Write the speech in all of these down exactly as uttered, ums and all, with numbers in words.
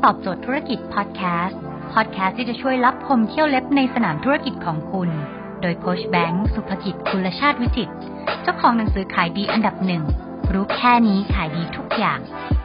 ตอบโจทย์ธุรกิจพอดแคสต์พอดแคสต์ที่จะช่วยลับพมเที่ยวเล็บในสนามธุรกิจของคุณโดยโค้ชแบงค์สุภกิจกุลชาติวิจิตรเจ้าของหนังสือขายดีอันดับหนึ่งรู้แค่นี้ขายดีทุกอย่าง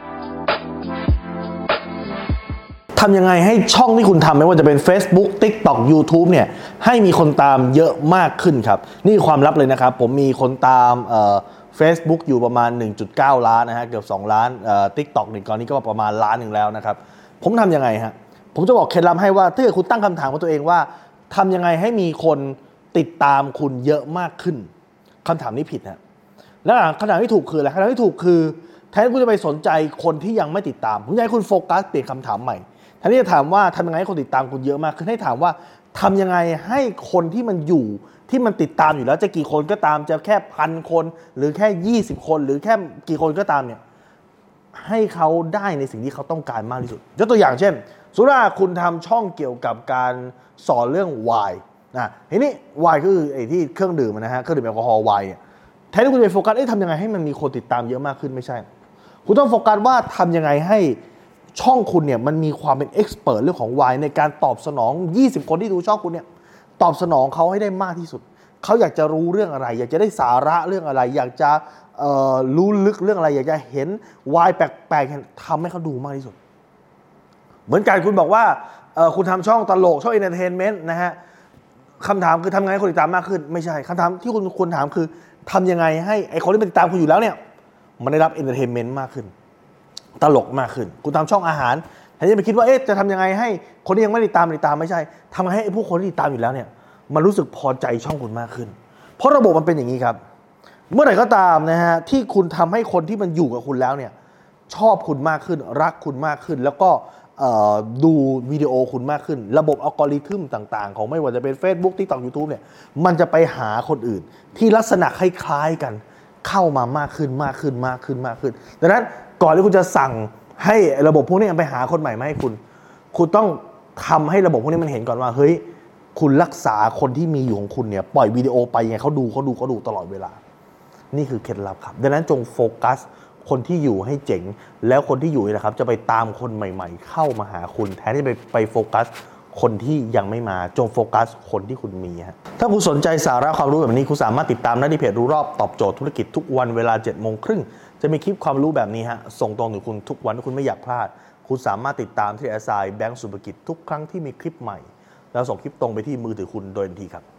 ทำยังไงให้ช่องที่คุณทำไม่ว่าจะเป็น Facebook TikTok YouTube เนี่ยให้มีคนตามเยอะมากขึ้นครับนี่ความลับเลยนะครับผมมีคนตามเอ่อ Facebook อยู่ประมาณ หนึ่งจุดเก้า ล้านนะฮะเกือบสองล้านเอ่อ TikTok นี่ก่อนนี้ก็ประมาณล้านหนึ่งแล้วนะครับผมทำยังไงฮะผมจะบอกเคล็ดลับให้ว่าถ้าเกิดคุณตั้งคำถามกับตัวเองว่าทำยังไงให้มีคนติดตามคุณเยอะมากขึ้นคำถามนี้ผิดฮะแล้วคำถามที่ถูกคืออะไรคำถามที่ถูกคือแทนที่คุณจะไปสนใจคนที่ยังไม่ติดตามผมอยากให้คุณโฟกัสเปลี่ยนคำถามใหม่แทนที่จะถามว่าทำยังไงให้คนติดตามคุณเยอะมากขึ้นให้ถามว่าทำยังไงให้คนที่มันอยู่ที่มันติดตามอยู่แล้วจะกี่คนก็ตามจะแค่พันคนหรือแค่ยี่สิบคนหรือแค่กี่คนก็ตามเนี่ยให้เขาได้ในสิ่งที่เขาต้องการมากที่สุดยกตัวอย่างเช่นสมมติว่าคุณทำช่องเกี่ยวกับการสอนเรื่องไวน์นะทีนี้ไวน์คือไอ้ที่เครื่องดื่มนะฮะเครื่องดื่มแอลกอฮอล์ไวน์แทนที่คุณจะไปโฟกัสเอ๊ะทำยังไงให้มันมีคนติดตามเยอะมากขึ้นไม่ใช่คุณต้องโฟกัสว่าทำยังไงให้ช่องคุณเนี่ยมันมีความเป็นเอ็กซ์เพิร์ทเรื่องของไวน์ในการตอบสนองยี่สิบคนที่ดูช่องคุณเนี่ยตอบสนองเขาให้ได้มากที่สุดเขาอยากจะรู้เรื่องอะไรอยากจะได้สาระเรื่องอะไรอยากจะเอ่อรู้ลึกเรื่องอะไรอยากจะเห็นไวน์แปลกๆทำให้เขาดูมากที่สุดเหมือนกันคุณบอกว่าเอ่อคุณทำช่องตลกช่องเอนเตอร์เทนเมนต์นะฮะคำถามคือทำยังไงให้คนติดตามมากขึ้นไม่ใช่คำถามที่คุณควรถามคือทำยังไงให้ไอ้คนที่ติดตามคุณอยู่แล้วเนี่ยมันได้รับเอนเตอร์เทนเมนต์มากขึ้นตลกมากขึ้นคุณทำช่องอาหารแทนที่จะไปคิดว่าเอ๊ะจะทำยังไงให้คนที่ยังไม่ติดตามติดตามไม่ใช่ทำยังไงให้ผู้คนที่ติดตามอยู่แล้วเนี่ยมันรู้สึกพอใจช่องคุณมากขึ้นเพราะระบบมันเป็นอย่างนี้ครับเมื่อไหร่ก็ตามนะฮะที่คุณทำให้คนที่มันอยู่กับคุณแล้วเนี่ยชอบคุณมากขึ้นรักคุณมากขึ้นแล้วก็ดูวิดีโอคุณมากขึ้นระบบอัลกอริทึมต่างๆของไม่ว่าจะเป็น Facebook TikTok YouTube เนี่ยมันจะไปหาคนอื่นที่ลักษณะคล้ายๆกันเข้ามามากขึ้นมากขึ้นมากขึ้นมากขึ้นดังนั้นก่อนที่คุณจะสั่งให้ระบบพวกนี้ไปหาคนใหม่มาให้คุณคุณต้องทำให้ระบบพวกนี้มันเห็นก่อนว่าเฮ้ยคุณรักษาคนที่มีอยู่ของคุณเนี่ยปล่อยวิดีโอไปยังไงเขาดูเขาดูเขาดูตลอดเวลานี่คือเคล็ดลับครับดังนั้นจงโฟกัสคนที่อยู่ให้เจ๋งแล้วคนที่อยู่นี่แหละครับจะไปตามคนใหม่ๆเข้ามาหาคุณแทนที่ไปไปโฟกัสคนที่ยังไม่มาจงโฟกัสคนที่คุณมีฮะถ้าคุณสนใจสาระความรู้แบบนี้คุณสามารถติดตามได้ที่เพจรู้รอบตอบโจทย์ธุรกิจทุกวันเวลา เจ็ดโมงครึ่งจะมีคลิปความรู้แบบนี้ฮะส่งตรงถึงคุณทุกวันถ้าคุณไม่อยากพลาดคุณสามารถติดตามที่ แอส ไอ แบงค์สุภกิจทุกครั้งที่มีคลิปใหม่แล้วส่งคลิปตรงไปที่มือถือคุณโดยทันทีครับ